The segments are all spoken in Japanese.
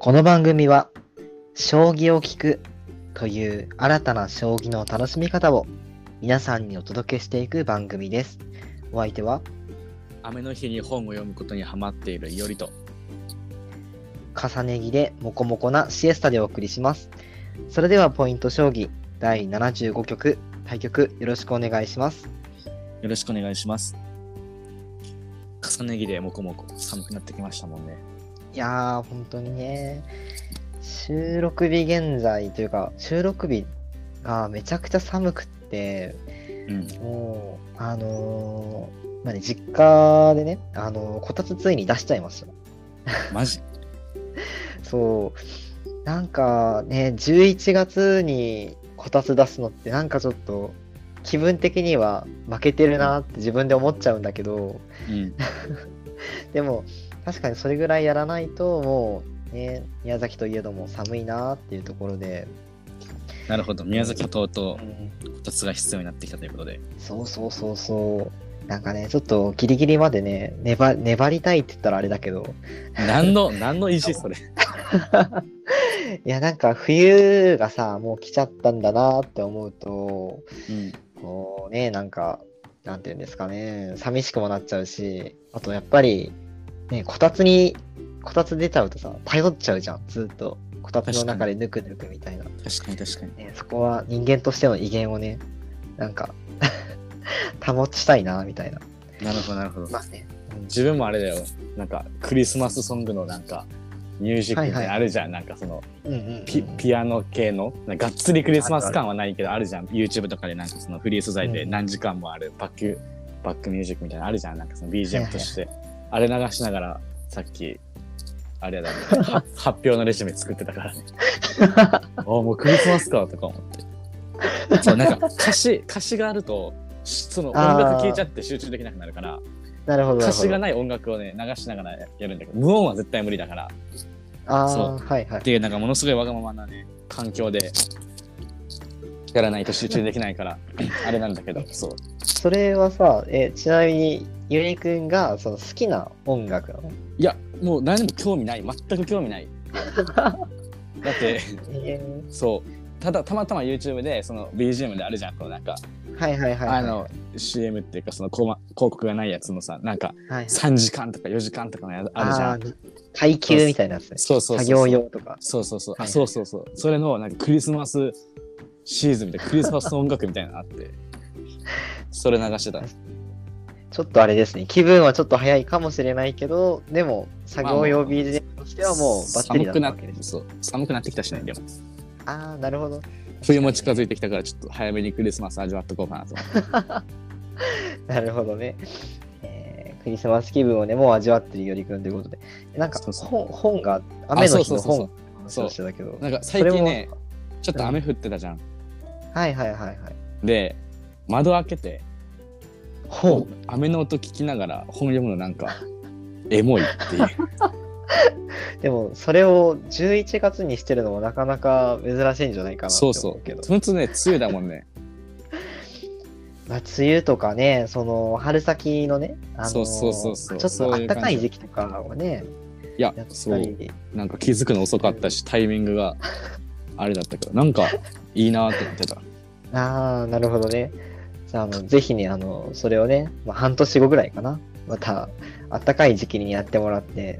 この番組は将棋を聞くという新たな将棋の楽しみ方を皆さんにお届けしていく番組です。お相手は雨の日に本を読むことにハマっているいおりと重ね着でモコモコなシエスタでお送りします。それではポイント将棋第75局対局よろしくお願いします。 よろしくお願いします。重ね着でモコモコ寒くなってきましたもんね。 いやー本当にね、収録日現在というか収録日がめちゃくちゃ寒くって、もう実家でねこたつついに出しちゃいました。 マジそうなんかね、11月にこたつ出すのってなんかちょっと気分的には負けてるなって自分で思っちゃうんだけど、でも確かにそれぐらいやらないともうね、宮崎といえども寒いなっていうところで。 なるほど、宮崎はとうとうこたつが必要になってきたということで。 そうなんかね、ちょっとギリギリまでね粘りたいって言ったらあれだけど何の意地それいやなんか冬がさもう来ちゃったんだなって思うと、こうね、なんていうんですかね、寂しくもなっちゃうし、あとやっぱりね、こたつ出ちゃうとさ頼っちゃうじゃん、ずっとこたつの中でぬくぬくみたいな。 確かに、 ね、そこは人間としての威厳をねなんか保ちたいなみたいな。 なるほど、 まあね、 自分もあれだよ、なんかクリスマスソングのなんかミュージックみたいなあるじゃん、なんかそのピアノ系のがっつりクリスマス感はないけどあるじゃん。 YouTube とかでなんかそのフリー素材で何時間もあるバックミュージックみたいなのあるじゃん、なんかその BGM として、あれ流しながらさっきあれだね発表のレシピ作ってたからねもうクリスマスかとか思ってそうなんか歌詞があるとその音楽聴いちゃって集中できなくなるから、 なるほど歌詞がない音楽をね流しながらやるんだけど、無音は絶対無理だから、っていうなんかものすごいわがままなね環境でやらないと集中できないからあれなんだけど、 それはさ、ちなみにゆりくんがその好きな音楽なの？ いやもう何も興味ない、全く興味ないだってそうたまたま YouTube でその BGM であるじゃん、このなんかCM っていうかその広告がないやつのさ、なんか3時間とか4時間とかのやつあるじゃん、 耐久みたいなやつね。作業用とか。そうそれのなんかクリスマスシーズンみたいなクリスマス音楽みたいなのあってそれ流してた。 ちょっとあれですね、気分はちょっと早いかもしれないけど、でも作業用 BGM としてはもうバッテリーだったわけです。 そう寒くなってきたしね。でもなるほど、 冬も近づいてきたからちょっと早めにクリスマス味わっとこうかなと思ってなるほどね、クリスマス気分をねもう味わってるよりくんということで、なんか本が雨の日の本話してたけど、 なんか最近ねちょっと雨降ってたじゃん、で窓開けて雨の音聞きながら本読むのなんかエモいっていうでもそれを11月にしてるのもなかなか珍しいんじゃないかなって思うけど。 そのつね、梅雨だもんね梅雨とかね、その春先のね、ちょっと暖かい時期とかはね、 いやそうなんか気づくの遅かったし、タイミングがあれだったけどなんかいいなって思ってたなるほどね。じゃあぜひねそれをね、半年後ぐらいかな、また暖かい時期にやってもらって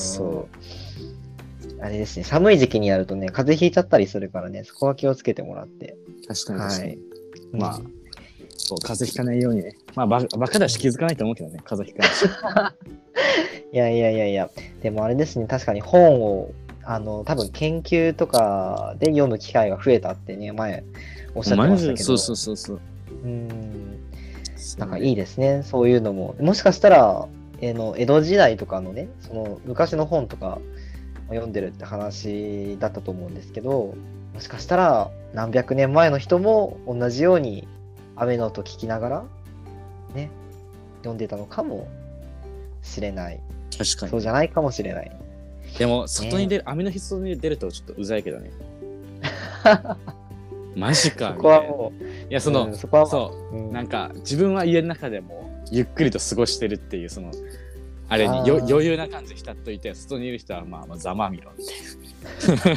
あれですね、寒い時期にやるとね風邪ひいちゃったりするからね、そこは気をつけてもらって。 確かに、そう風邪ひかないようにね、バカだし気づかないと思うけどね、風邪ひかないしいやでもあれですね、確かに本を多分研究とかで読む機会が増えたってね前おっしゃってましたけど、 そうなんかいいですね、そういうのも。もしかしたら江戸時代とかのね、その昔の本とか読んでるって話だったと思うんですけど、もしかしたら何百年前の人も同じように雨の音聞きながらね読んでたのかもしれない。 確かにそうじゃないかもしれない。 でも外に出る、雨の日外に出るとちょっとうざいけどねマジか。 そこはもう、 いやそこはなんか自分は家の中でもゆっくりと過ごしてるっていうそのあれに余裕な感じ浸っといて、外にいる人はまあざまみろって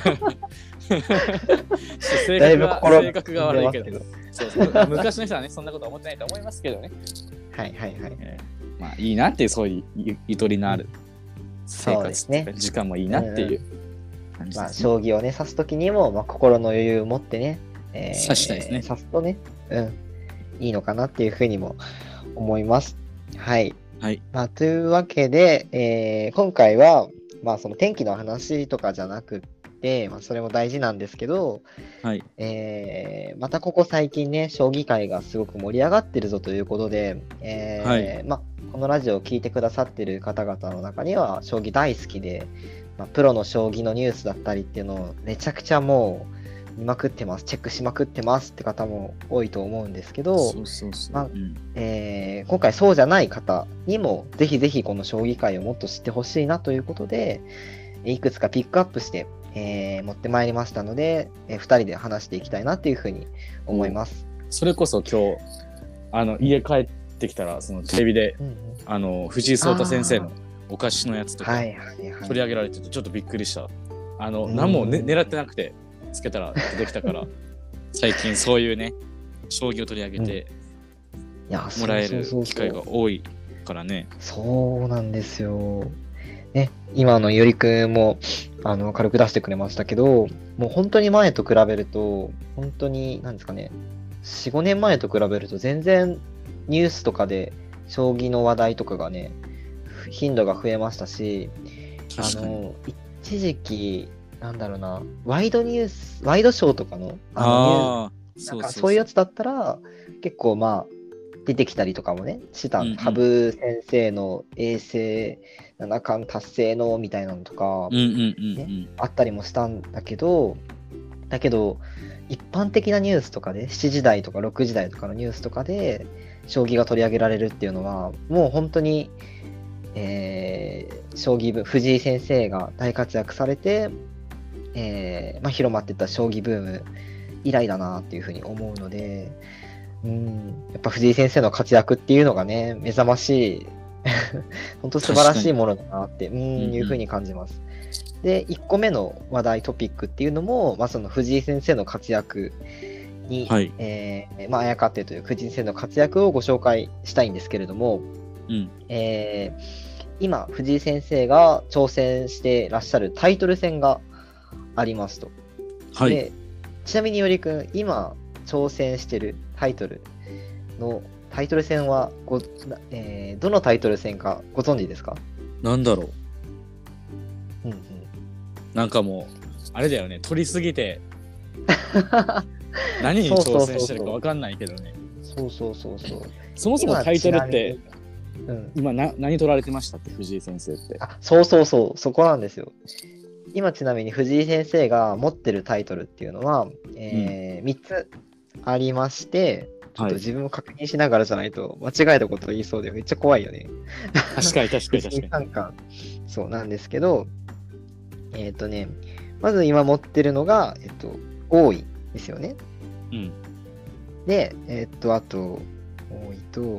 性格が悪いけど、そう昔の人はねそんなこと思ってないと思いますけどね。 はいはいはい。 まあいいなっていう、そういうゆとりのある生活、ね、時間もいいなっていう感じですね。 まあ、将棋をね指すときにも、まあ、心の余裕を持ってね、 指したいですね。 指すとね、いいのかなっていうふうにも思います。はい。 はい。 まあ、というわけで、今回は、まあ、その天気の話とかじゃなくて、まあ、それも大事なんですけど、 はい。 またここ最近ね、将棋界がすごく盛り上がってるぞということで、 はい、 まあ、このラジオを聞いてくださってる方々の中には、将棋大好きで、まあ、プロの将棋のニュースだったりっていうのをめちゃくちゃもう、見まくってます、チェックしまくってますって方も多いと思うんですけど、今回そうじゃない方にもぜひぜひこの将棋界をもっと知ってほしいなということで、いくつかピックアップして、持ってまいりましたので、2人で話していきたいなというふうに思います。 それこそ今日家帰ってきたらそのテレビで、藤井聡太先生のお菓子のやつとか取り上げられててちょっとびっくりした。何も、狙ってなくてつけたら出てきたから最近そういうね将棋を取り上げてもらえる機会が多いからね。 そうなんですよ。ね、今のゆりくんも軽く出してくれましたけど、もう本当に前と比べると本当に何ですかね、4、5年前と比べると全然ニュースとかで将棋の話題とかがね頻度が増えましたし、一時期なんだろうな、ワイドショーとかのそういうやつだったら結構まあ出てきたりとかもねした、羽生先生の永世七冠達成のみたいなのとか、あったりもしたんだけど一般的なニュースとかで7時台とか6時台とかのニュースとかで将棋が取り上げられるっていうのはもう本当に、将棋部藤井先生が大活躍されて、広まってった将棋ブーム以来だなっていうふうに思うので、やっぱ藤井先生の活躍っていうのがね目覚ましい本当素晴らしいものだなっていうふうに感じます。で1個目の話題トピックっていうのも、その藤井先生の活躍に、あやかってという藤井先生の活躍をご紹介したいんですけれども、今藤井先生が挑戦してらっしゃるタイトル戦がありますと。でちなみによりくん今挑戦してるタイトル戦はどのタイトル戦かご存知ですか？ なんだろう、なんかもうあれだよね、取りすぎて何に挑戦してるか分かんないけどね。そもそもタイトルって今何取られてましたっけ、藤井先生って。 そこなんですよ。今ちなみに藤井先生が持ってるタイトルっていうのは、3つありまして、ちょっと自分も確認しながらじゃないと間違えたことを言いそうでめっちゃ怖いよね。 確かに三冠そうなんですけど、まず今持ってるのが、王位ですよね。で、あと、王位と、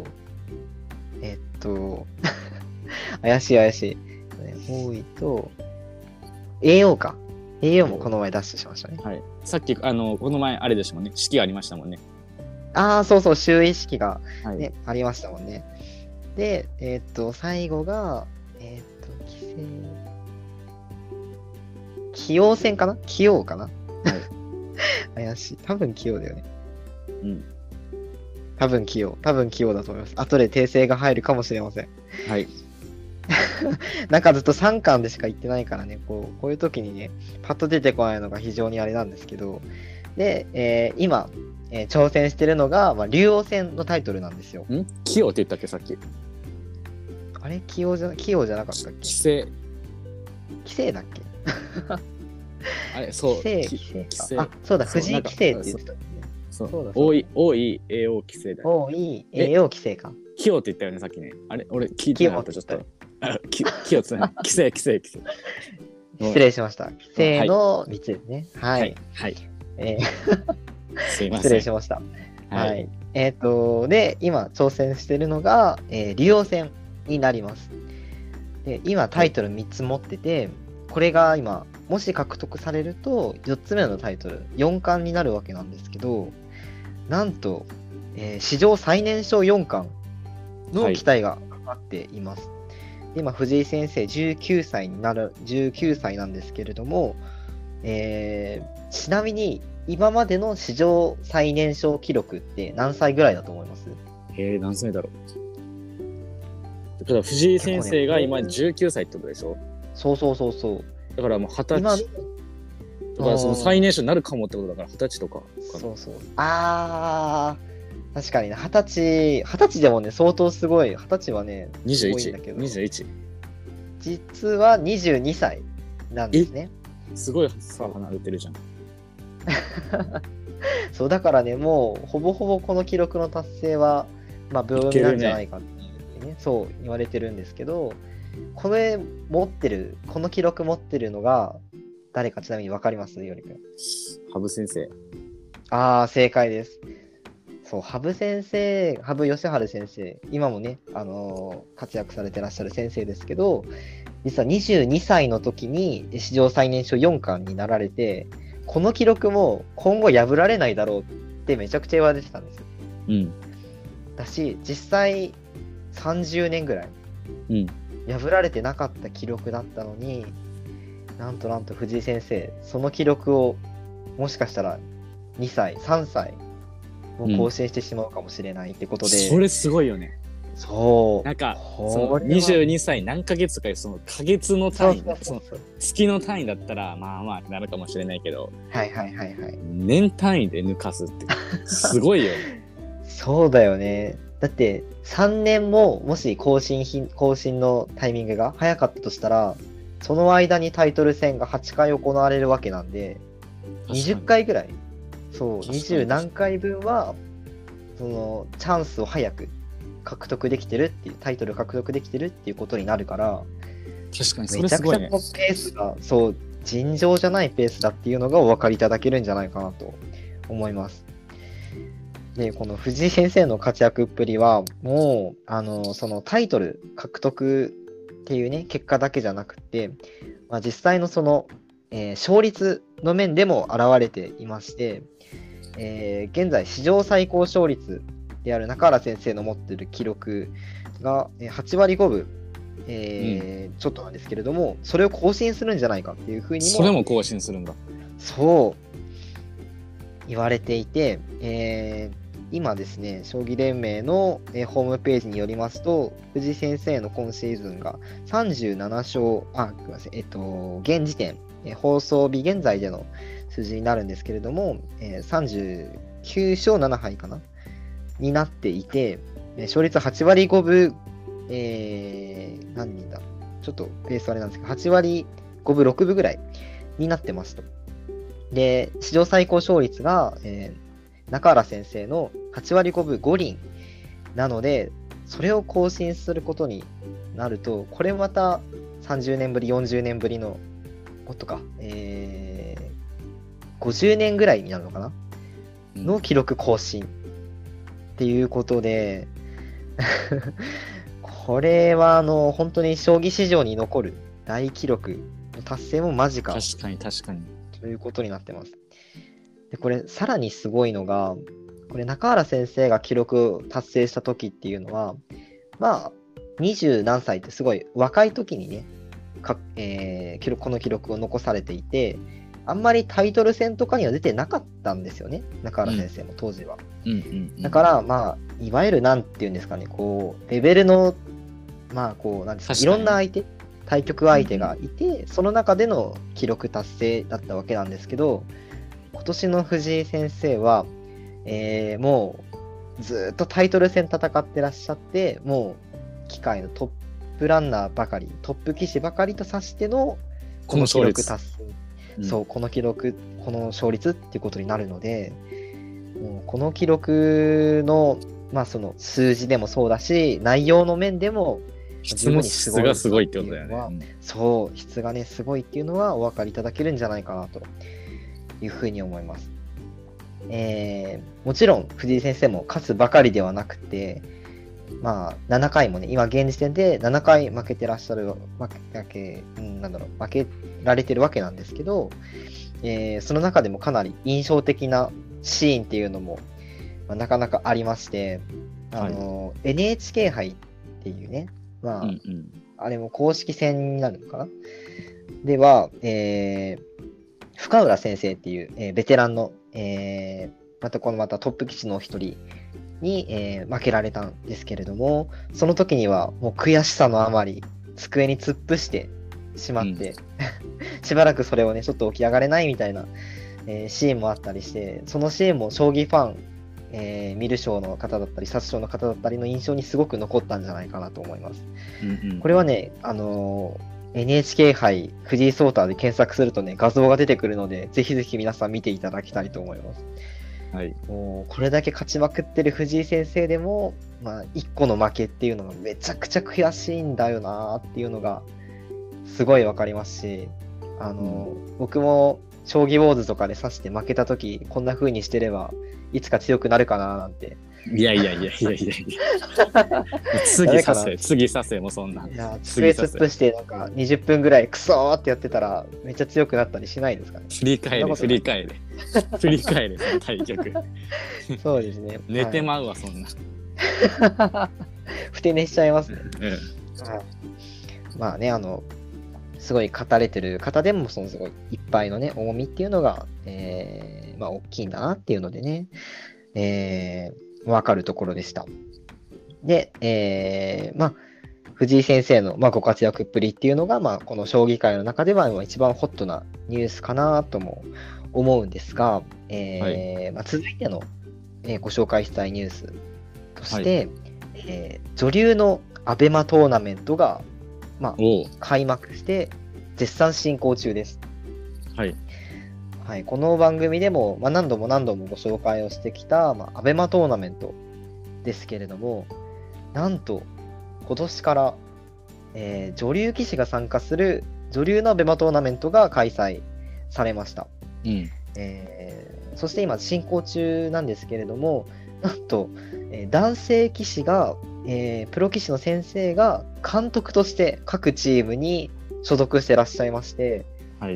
怪しい。王位と、栄養か。栄養もこの前出してしましたね。 さっき、この前、あれでしたもんね。式がありましたもんね。 就位式が、ありましたもんね。で、最後が、棋王戦かな？棋王かな？怪しい。多分棋王だよね。多分棋王だと思います。後で訂正が入るかもしれません。なんかずっと3巻でしか言ってないからね、こういう時にね、パッと出てこないのが非常にあれなんですけど、で、今、挑戦してるのが、竜王戦のタイトルなんですよ。 棋王って言ったっけ、さっき。 あれ棋王じゃなかったっけ？棋聖だっけ？ あれ、そう。 棋聖。あ、そうだ、藤井棋聖って言ってた。 王位、叡王棋聖だ。 王位、叡王棋聖か。 棋王って言ったよね、さっきね。あれ、俺聞いてなかった、ちょっと。棋王つな棋聖。失礼しました。棋聖の3つですね。 すいません。 失礼しました。で、今挑戦しているのが、竜王戦になります。 で今タイトル3つ持ってて、これが今もし獲得されると4つ目のタイトル4冠になるわけなんですけど、なんと、史上最年少4冠の期待がかかっています。で今藤井先生19歳なんですけれども、ちなみに今までの史上最年少記録って何歳ぐらいだと思います？ 何歳だろう。だから藤井先生が今19歳ってことでしょ？ そうそうそうそう。 だからもう20歳。だからその最年少になるかもってことだから20歳とか。 そうそう。確かにね、20歳でもね、相当すごい。20歳はね、すごいんだけど。 21。 実は22歳なんですね。 すごい差離れてるじゃん。 そうだからね、もうほぼほぼこの記録の達成は、まあ、秒読みなんじゃないかってね、そう言われてるんですけど、この記録持ってるのが誰かちなみに分かります？よりくん。 羽生先生。 正解です。そう、羽生善治先生、今もね、活躍されてらっしゃる先生ですけど、実は22歳の時に史上最年少4冠になられて、この記録も今後破られないだろうってめちゃくちゃ言われてたんですよ。 うん。 だし、実際30年ぐらい破られてなかった記録だったのに、なんと藤井先生、その記録をもしかしたら2歳、3歳も更新してしまうかもしれないってことで。 それすごいよね。 そう。 なんか、その22歳何ヶ月か、そのヶ月の単位、その月の単位だったら、まあまあなるかもしれないけど、年単位で抜かすって、すごいよね。 そうだよね。だって、3年も、もし更新のタイミングが早かったとしたら、その間にタイトル戦が8回行われるわけなんで、20回ぐらい、そう、20何回分は、その、チャンスを早く獲得できてるっていう、タイトル獲得できてるっていうことになるから、 確かにそれすごいね。 めちゃくちゃこのペースが、そう、尋常じゃないペースだっていうのがお分かりいただけるんじゃないかなと思います。で、この藤井先生の活躍っぷりは、もう、そのタイトル獲得っていうね、結果だけじゃなくて、まあ、実際のその、勝率の面でも現れていまして、現在史上最高勝率である中原先生の持っている記録が8割5分、ちょっとなんですけれども、それを更新するんじゃないかっていうふうにも、 それも更新するんだ。 そう言われていて、今ですね、将棋連盟の、ホームページによりますと、藤井先生の今シーズンが37勝、ごめんなさい、現時点、放送日現在での数字になるんですけれども、39勝7敗かなになっていて、勝率8割5分、何人だちょっとペースあれなんですけど、8割5分6分ぐらいになってますと。で、史上最高勝率が、中原先生の8割5分5厘なので、それを更新することになると、これまた30年ぶり、40年ぶりの、もっとか、50年ぐらいになるのかな、の記録更新っていうことで、これは本当に将棋史上に残る大記録の達成も間近。 確かに。 ということになってます。で、これさらにすごいのが、これ中原先生が記録を達成した時っていうのは、まあ20何歳ってすごい若い時にね、この記録を残されていて、あんまりタイトル戦とかには出てなかったんですよね、中原先生も当時は。だからまあいわゆるなんていうんですかね、こうレベルのまあこうなんですか、いろんな対局相手がいて、その中での記録達成だったわけなんですけど、今年の藤井先生は、もうずっとタイトル戦戦ってらっしゃって、もう機械のトップランナーばかり、トップ棋士ばかりと指してのこの記録達成、そう、この記録、この勝率っていうことになるので、もうこの記録の、まあその数字でもそうだし、内容の面でも質がすごいってことだよね。 そう、質がね、すごいっていうのはお分かりいただけるんじゃないかなというふうに思います。もちろん藤井先生も勝つばかりではなくて、 まあ、7回もね、今現時点で7回負けてらっしゃる、負けられてるわけなんですけど、その中でもかなり印象的なシーンっていうのも、なかなかありまして、NHK 杯っていうね、まあ、あれも公式戦になるのかなでは、深浦先生っていう、ベテランの、またトップ棋士の一人に、負けられたんですけれども、その時にはもう悔しさのあまり机に突っ伏してしまって、しばらくそれをねちょっと起き上がれないみたいな、シーンもあったりして、そのシーンも将棋ファン、見る将の方だったり指す将の方だったりの印象にすごく残ったんじゃないかなと思います。これはね、NHK 杯藤井聡太で検索するとね画像が出てくるので、ぜひぜひ皆さん見ていただきたいと思います。もうこれだけ勝ちまくってる藤井先生でも、1個の負けっていうのがめちゃくちゃ悔しいんだよなっていうのがすごいわかりますし、僕も将棋ウォーズとかで指して負けた時こんな風にしてればいつか強くなるかななんて。 いや次指せもうそんな。 机突っ伏してなんか20分ぐらいクソーってやってたらめっちゃ強くなったりしないですかね。 振り返れその対局。 そうですね。 寝てまうわそんな。 ふて寝しちゃいますね。まあね、すごい語れてる方でもそのすごいいっぱいのね重みっていうのが、大きいんだなっていうのでね、分かるところでした。で、藤井先生の、ご活躍っぷりっていうのが、この将棋界の中では一番ホットなニュースかなとも思うんですが、続いての、ご紹介したいニュースとして、女流のアベマトーナメントが、開幕して絶賛進行中です。この番組でも、何度もご紹介をしてきた、アベマトーナメントですけれども、なんと今年から、女流棋士が参加する女流のアベマトーナメントが開催されました。そして今進行中なんですけれども、なんと、男性棋士が、プロ棋士の先生が監督として各チームに所属してらっしゃいまして、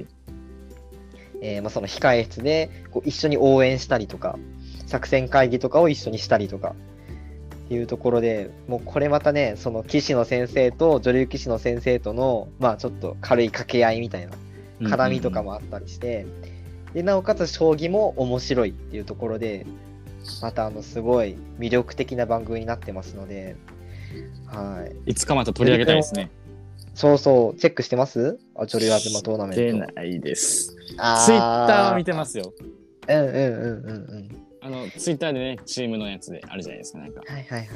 その控え室でこう一緒に応援したりとか作戦会議とかを一緒にしたりとかっていうところで、もうこれまたね、その棋士の先生と女流棋士の先生とのちょっと軽い掛け合いみたいな絡みとかもあったりして、でなおかつ将棋も面白いっていうところで、またすごい魅力的な番組になってますので、 いつかまた取り上げたいですね。 そうそう、チェックしてます？女流アベマトーナメント。 してないです。ツイッターは見てますよ。 ツイッターでね、チームのやつであるじゃないですか、なんか。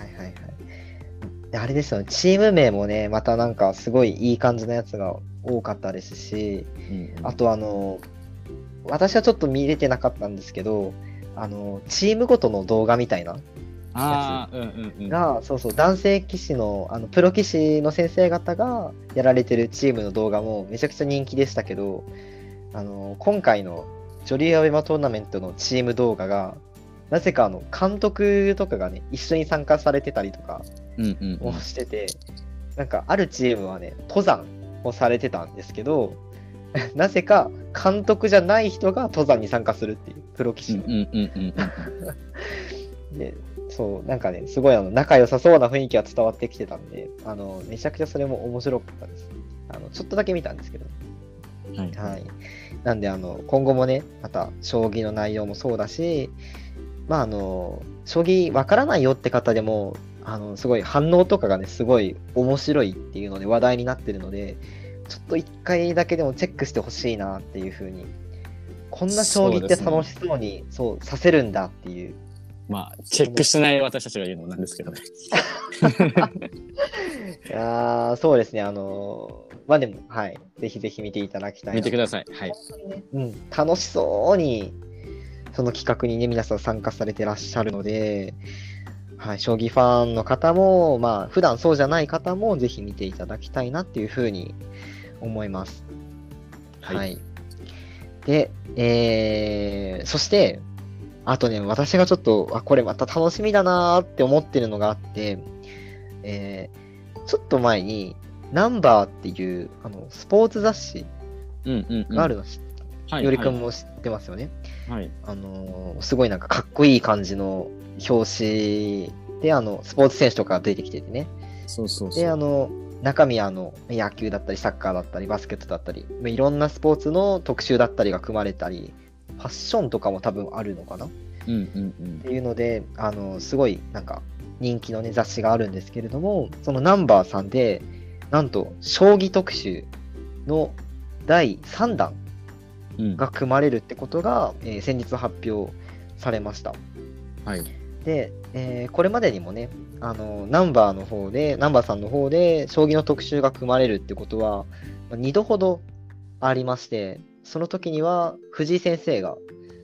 あれですよね、チーム名もね、またなんかすごいいい感じのやつが多かったですし、あと私はちょっと見れてなかったんですけど、チームごとの動画みたいなやつが、男性棋士の、プロ棋士の先生方がやられてるチームの動画もめちゃくちゃ人気でしたけど、今回の女流アベマトーナメントのチーム動画がなぜか監督とかがね一緒に参加されてたりとかをしてて、なんかあるチームはね登山をされてたんですけど、なぜか監督じゃない人が登山に参加するっていう、プロ棋士の。で、そうなんかね、すごい仲良さそうな雰囲気が伝わってきてたんで、めちゃくちゃそれも面白かったです。ちょっとだけ見たんですけど、なんで今後もね、また将棋の内容もそうだし、将棋わからないよって方でもすごい反応とかがねすごい面白いっていうので話題になってるので、ちょっと一回だけでもチェックしてほしいなっていう風に、こんな将棋って楽しそうにそうさせるんだっていう。 チェックしてない私たちが言うのもなんですけどね。 いやそうですね、でもぜひぜひ見ていただきたい。 見てください。 楽しそうにその企画にね皆さん参加されてらっしゃるので、将棋ファンの方も普段そうじゃない方もぜひ見ていただきたいなっていうふうに思います。で、そしてあとね、私がちょっとこれまた楽しみだなーって思ってるのがあって、 ちょっと前に、ナンバーっていうスポーツ雑誌があるの知って、よりくんも知ってますよね。 はい。 すごいなんかかっこいい感じの表紙で、スポーツ選手とか出てきててね。 そうそうそう。 で、中身野球だったり、サッカーだったり、バスケットだったり、いろんなスポーツの特集だったりが組まれたり、ファッションとかも多分あるのかな、っていうので、すごいなんか人気のね、雑誌があるんですけれども、そのナンバーさんで、なんと、将棋特集の第3弾が組まれるってことが、先日発表されました。 はい。 で、これまでにもね、ナンバーさんの方で、将棋の特集が組まれるってことは、2度ほどありまして、その時には藤井先生が、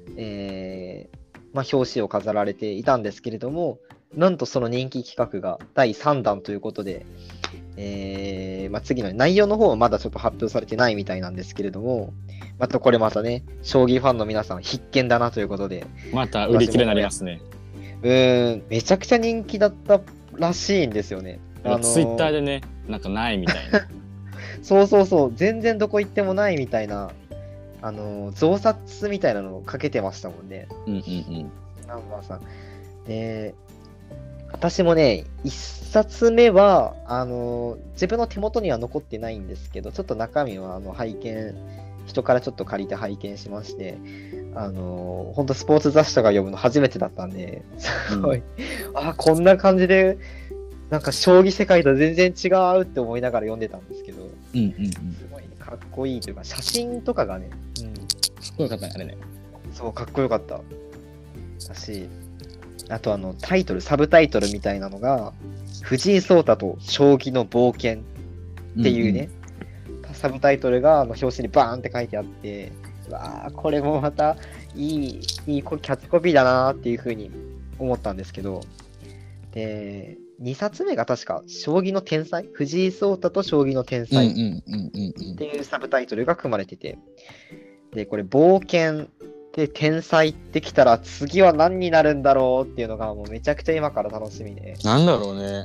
表紙を飾られていたんですけれども、なんとその人気企画が第3弾ということで、次の内容の方はまだちょっと発表されてないみたいなんですけれども、またね、将棋ファンの皆さん必見だなということで。 また売り切れになりますね。 めちゃくちゃ人気だったらしいんですよね。 ツイッターでね、なんかないみたいな。 そう、全然どこ行ってもないみたいな、増刷みたいなのをかけてましたもんね。ナンバーさん。で、私もね、一冊目は、自分の手元には残ってないんですけど、ちょっと中身は人からちょっと借りて拝見しまして、本当スポーツ雑誌とか読むの初めてだったんで、すごい、こんな感じで、なんか将棋世界と全然違うって思いながら読んでたんですけど、すごいかっこいいというか、写真とかがね、 かっこよかったね、あれね。 そう、かっこよかった。だし、あとタイトル、サブタイトルみたいなのが、藤井聡太と将棋の冒険っていうね、サブタイトルが表紙にバーンって書いてあって、これもまたいいキャッチコピーだなっていうふうに思ったんですけど、で、2冊目が確か、将棋の天才、藤井聡太と将棋の天才っていうサブタイトルが組まれてて、で、これ、冒険で天才ってきたら次は何になるんだろうっていうのがもうめちゃくちゃ今から楽しみで。 なんだろうね。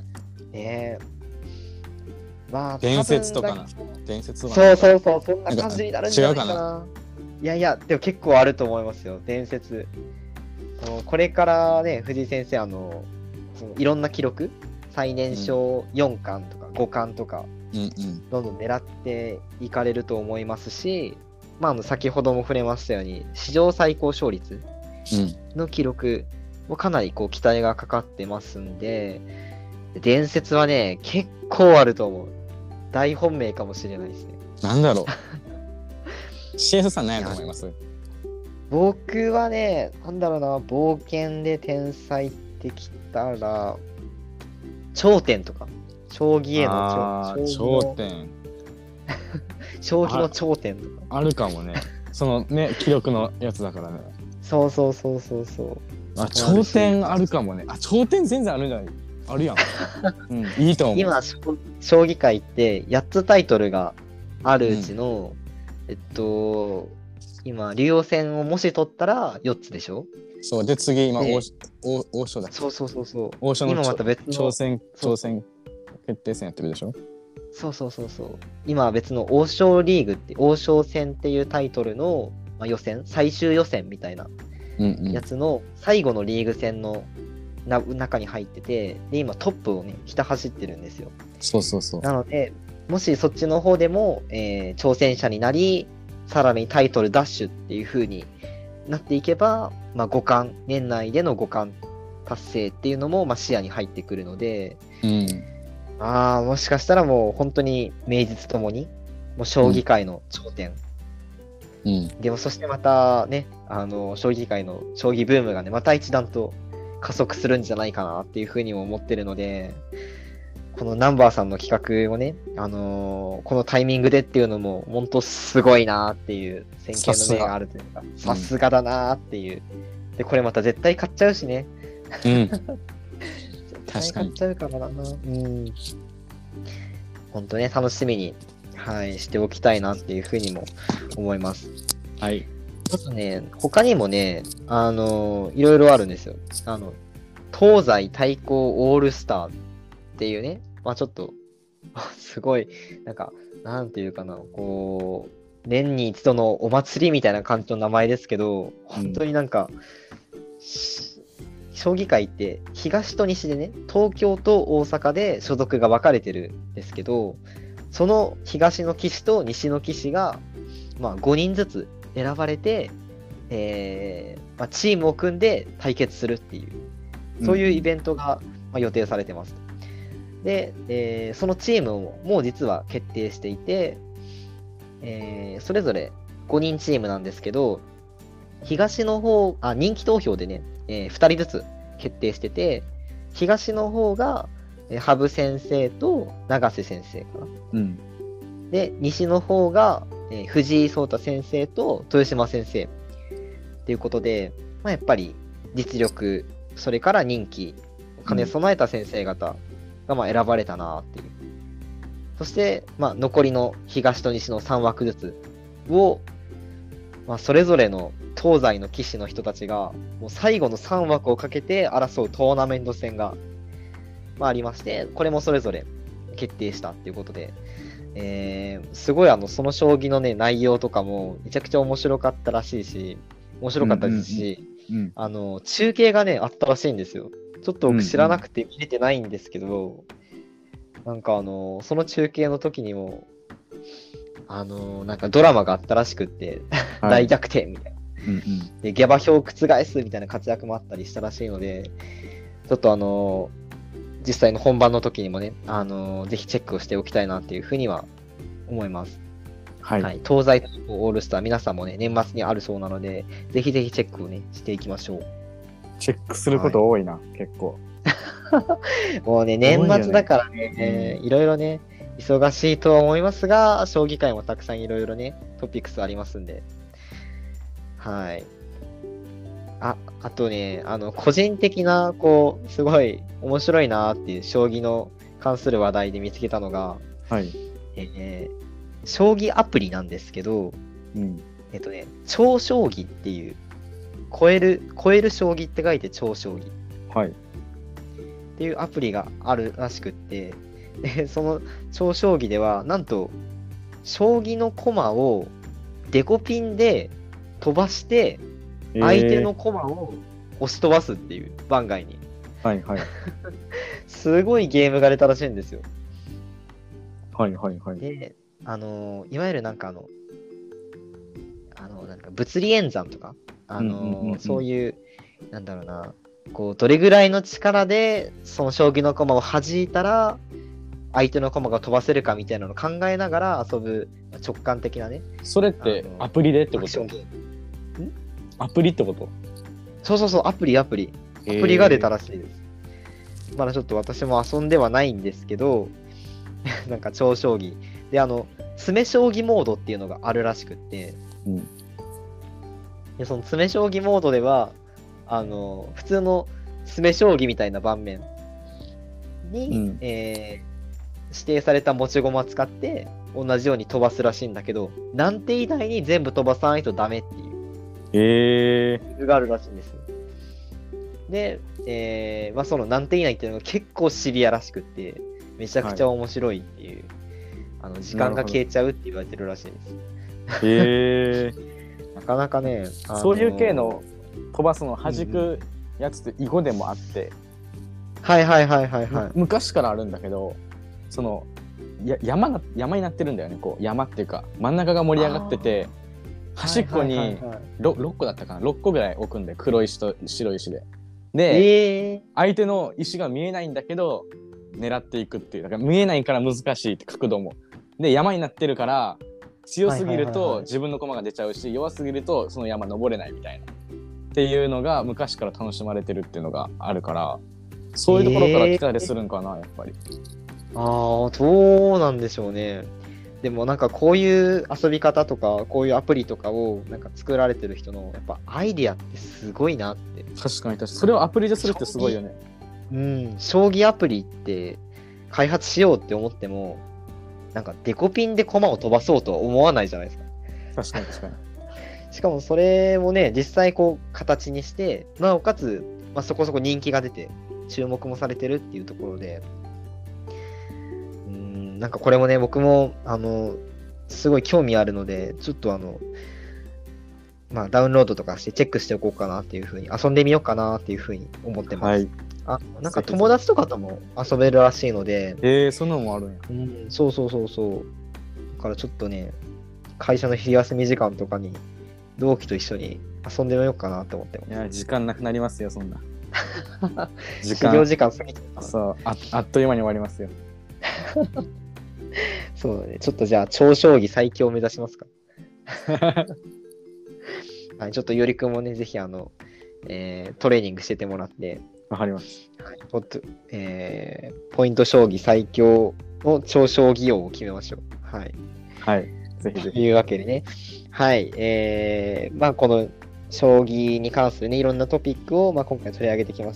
伝説とかな。伝説はそう、そんな感じになるんじゃないかな。違うかな。いや、でも結構あると思いますよ、伝説。これからね、藤井先生、そのいろんな記録、最年少4冠とか5冠とか、どんどん狙っていかれると思いますし、先ほども触れましたように、史上最高勝率の記録もかなり期待がかかってますんで、伝説はね、結構あると思う。大本命かもしれないですね。 なんだろう。CS さん何やと思います？ 僕はね、なんだろうな、冒険で天才ってきたら、頂点とか、将棋への頂点。 将棋の頂点とか。 あるかもね。そのね、記録のやつだからね。 そう。 頂点あるかもね。頂点全然あるんじゃない？あるやん。いいと思う。 今、将棋界って8つタイトルがあるうちの、今、竜王戦をもし取ったら4つでしょ？ そう。で、次、今、王将だ。 そう。 王将の今また別の挑戦決定戦やってるでしょ？ そう。今は別の王将リーグって、王将戦っていうタイトルの、予選、最終予選みたいなやつの最後のリーグ戦の中に入ってて、で、今トップをね、ひた走ってるんですよ。 そう。 なので、もしそっちの方でも、挑戦者になり、さらにタイトルダッシュっていう風になっていけば、五冠、年内での五冠達成っていうのも、視野に入ってくるので、もしかしたらもう本当に名実ともに、もう将棋界の頂点。でもそしてまたね、将棋界の将棋ブームがね、また一段と加速するんじゃないかなっていうふうにも思ってるので、このナンバーさんの企画をね、このタイミングでっていうのも、本当すごいなっていう、先見の明があるというか、さすがだなっていう。で、これまた絶対買っちゃうしね。絶対買っちゃうからな。本当ね、楽しみに、しておきたいなっていうふうにも思います。 はい。 ちょっとね、他にもね、いろいろあるんですよ。東西対抗オールスターっっていうね、まあちょっと、すごい、なんか、なんていうかな、こう、年に一度のお祭りみたいな感じの名前ですけど、本当になんか、将棋界って東と西でね、東京と大阪で所属が分かれてるんですけど、その東の棋士と西の棋士が、まあ、5人ずつ選ばれて、まあ、チームを組んで対決するっていう、そういうイベントが、まあ、予定されてます。で、そのチームも実は決定していて、それぞれ5人チームなんですけど、東の方、人気投票でね、2人ずつ決定してて、東の方が、羽生先生と永瀬先生かな。で、西の方が、藤井聡太先生と豊島先生っていうことで、まあ、やっぱり実力、それから人気を兼ね備えた先生方がまあ選ばれたなっていう。そして、まあ、残りの東と西の3枠ずつを、まあ、それぞれの東西の棋士の人たちがもう最後の3枠をかけて争うトーナメント戦が、まあ、ありまして、これもそれぞれ決定したっていうことで、すごいその将棋のね内容とかもめちゃくちゃ面白かったらしいし、面白かったですし、中継がねあったらしいんですよ。ちょっと僕知らなくて見れてないんですけど、なんかその中継の時にもなんかドラマがあったらしくって、大逆転みたいな。で、下馬評を覆すみたいな活躍もあったりしたらしいので、ちょっと実際の本番の時にもね、ぜひチェックをしておきたいなっていうふうには思います。はい。東西オールスター、皆さんもね、年末にあるそうなので、ぜひぜひチェックをね、していきましょう。 チェックすること多いな、結構。 もうね、年末だからね、いろいろね、忙しいとは思いますが、将棋界もたくさんいろいろね、トピックスありますんで。はい。あとね、個人的な、すごい面白いなっていう将棋の関する話題で見つけたのが、将棋アプリなんですけど、超将棋っていう、超える将棋って書いて超将棋。っていうアプリがあるらしくって、でその超将棋では、なんと、将棋の駒をデコピンで飛ばして、相手の駒を押し飛ばすっていう、盤外に。すごいゲームが出たらしいんですよ。で、いわゆるなんかなんか物理演算とか、そういう、なんだろうな、どれぐらいの力で、その将棋の駒を弾いたら、相手の駒が飛ばせるかみたいなのを考えながら遊ぶ直感的なね。 それってアプリでってこと？アプリってこと？ そう、アプリが出たらしいです。まだちょっと私も遊んではないんですけど、なんか超将棋。で、詰将棋モードっていうのがあるらしくって、でその詰将棋モードでは、普通の詰将棋みたいな盤面に、指定された持ち駒を使って同じように飛ばすらしいんだけど、何手以内に全部飛ばさないとダメっていう。ルールがあるらしいんです。で、まあ、その何点以内っていうのが結構シビアらしくって、めちゃくちゃ面白いっていう、時間が消えちゃうって言われてるらしいです。なかなかね、 そういう系の飛ばすの弾くやつって囲碁でもあって、昔からあるんだけど、その山になってるんだよね。山っていうか真ん中が盛り上がってて、端っこに 6個だったかな、6個ぐらい置くんで、黒石と白石で。で、相手の石が見えないんだけど狙っていくっていう。だから見えないから難しいって、角度も。で、山になってるから強すぎると自分の駒が出ちゃうし、弱すぎるとその山登れないみたいなっていうのが昔から楽しまれてるっていうのがあるから、そういうところから来たりするんかな、やっぱり。 どうなんでしょうね。でもなんかこういう遊び方とかこういうアプリとかをなんか作られてる人のやっぱアイディアってすごいなって。 確かにそれをアプリでするってすごいよね。 将棋アプリって開発しようって思っても、なんかデコピンで駒を飛ばそうとは思わないじゃないですか。 確かにしかもそれもね、実際形にして、なおかつ、そこそこ人気が出て注目もされてるっていうところで、 なんかこれもね、僕も、すごい興味あるので、ちょっとまあ、ダウンロードとかしてチェックしておこうかなっていうふうに、遊んでみようかなっていうふうに思ってます。なんか友達とかとも遊べるらしいので、 そんなのもあるんや。 そう。だからちょっとね、会社の昼休み時間とかに同期と一緒に遊んでみようかなって思ってます。 いや、時間なくなりますよ、そんな。 始業時間過ぎてそう、あっという間に終わりますよ。 そうね、ちょっとじゃあ、超将棋最強を目指しますか。はい、ちょっとよりくんもね、ぜひトレーニングしててもらって、 わかります。 ポイント将棋最強の超将棋王を決めましょう。はい。 はい。ぜひぜひ。 というわけでね、はい。まあ、この将棋に関するね、いろんなトピックを、まあ、今回取り上げてきました。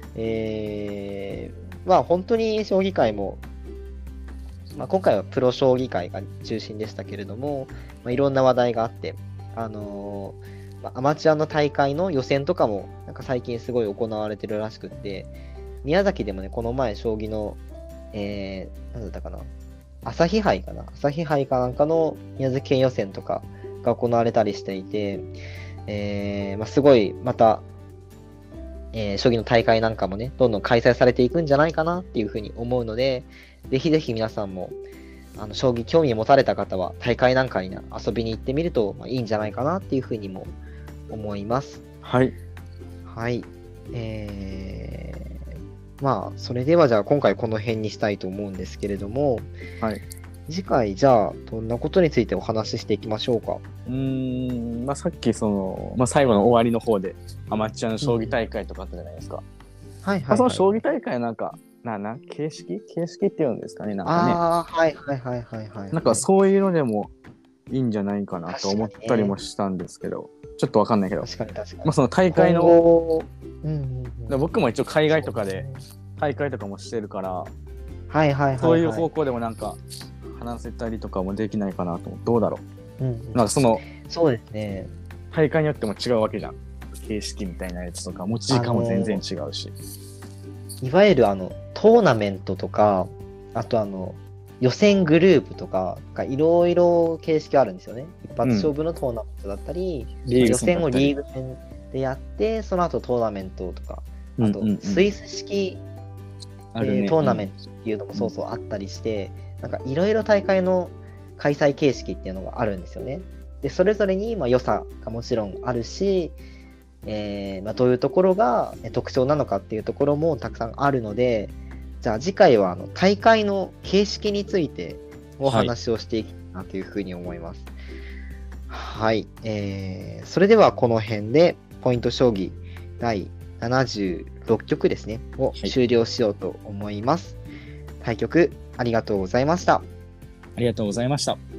まあ、本当に将棋界も、まあ、今回はプロ将棋界が中心でしたけれども、まあ、いろんな話題があって、まあ、アマチュアの大会の予選とかもなんか最近すごい行われてるらしくって、宮崎でもね、この前将棋の、なんだったかな、朝日杯かなんかの宮崎県予選とかが行われたりしていて、まあ、すごいまた、将棋の大会なんかもね、どんどん開催されていくんじゃないかなっていうふうに思うので、ぜひぜひ皆さんも将棋興味を持たれた方は大会なんかに、ね、遊びに行ってみると、まあ、いいんじゃないかなっていうふうにも思います。 はい。 はい。まあ、それではじゃあ今回この辺にしたいと思うんですけれども、 はい。 次回じゃあどんなことについてお話ししていきましょうか。 まあ、さっきまあ、最後の終わりの方でアマチュアの将棋大会とかあったじゃないですか。 はい。 まあ、その将棋大会なんか形式っていうんですかね、なんかね。 はい。 なんかそういうのでもいいんじゃないかなと思ったりもしたんですけど、ちょっとわかんないけど。 確かに。 まあその大会の、僕も一応海外とかで大会とかもしてるから、そういう方向でもなんか話せたりとかもできないかなと思う。どうだろう。なんかそうですね。 大会によっても違うわけじゃん。形式みたいなやつとか、持ち時間も全然違うし。 いわゆるトーナメントとか、あと予選グループとかがいろいろ形式あるんですよね。一発勝負のトーナメントだったり、予選をリーグ戦でやって、その後トーナメントとか、あとスイス式、トーナメントっていうのもそうあったりして、なんかいろいろ大会の開催形式っていうのがあるんですよね。で、それぞれに良さがもちろんあるし、まあ、どういうところが特徴なのかっていうところもたくさんあるので、じゃあ次回は大会の形式についてお話をしていきたいなというふうに思います。はい。それではこの辺でポイント将棋第76局ですね、を終了しようと思います。対局ありがとうございました。 ありがとうございました。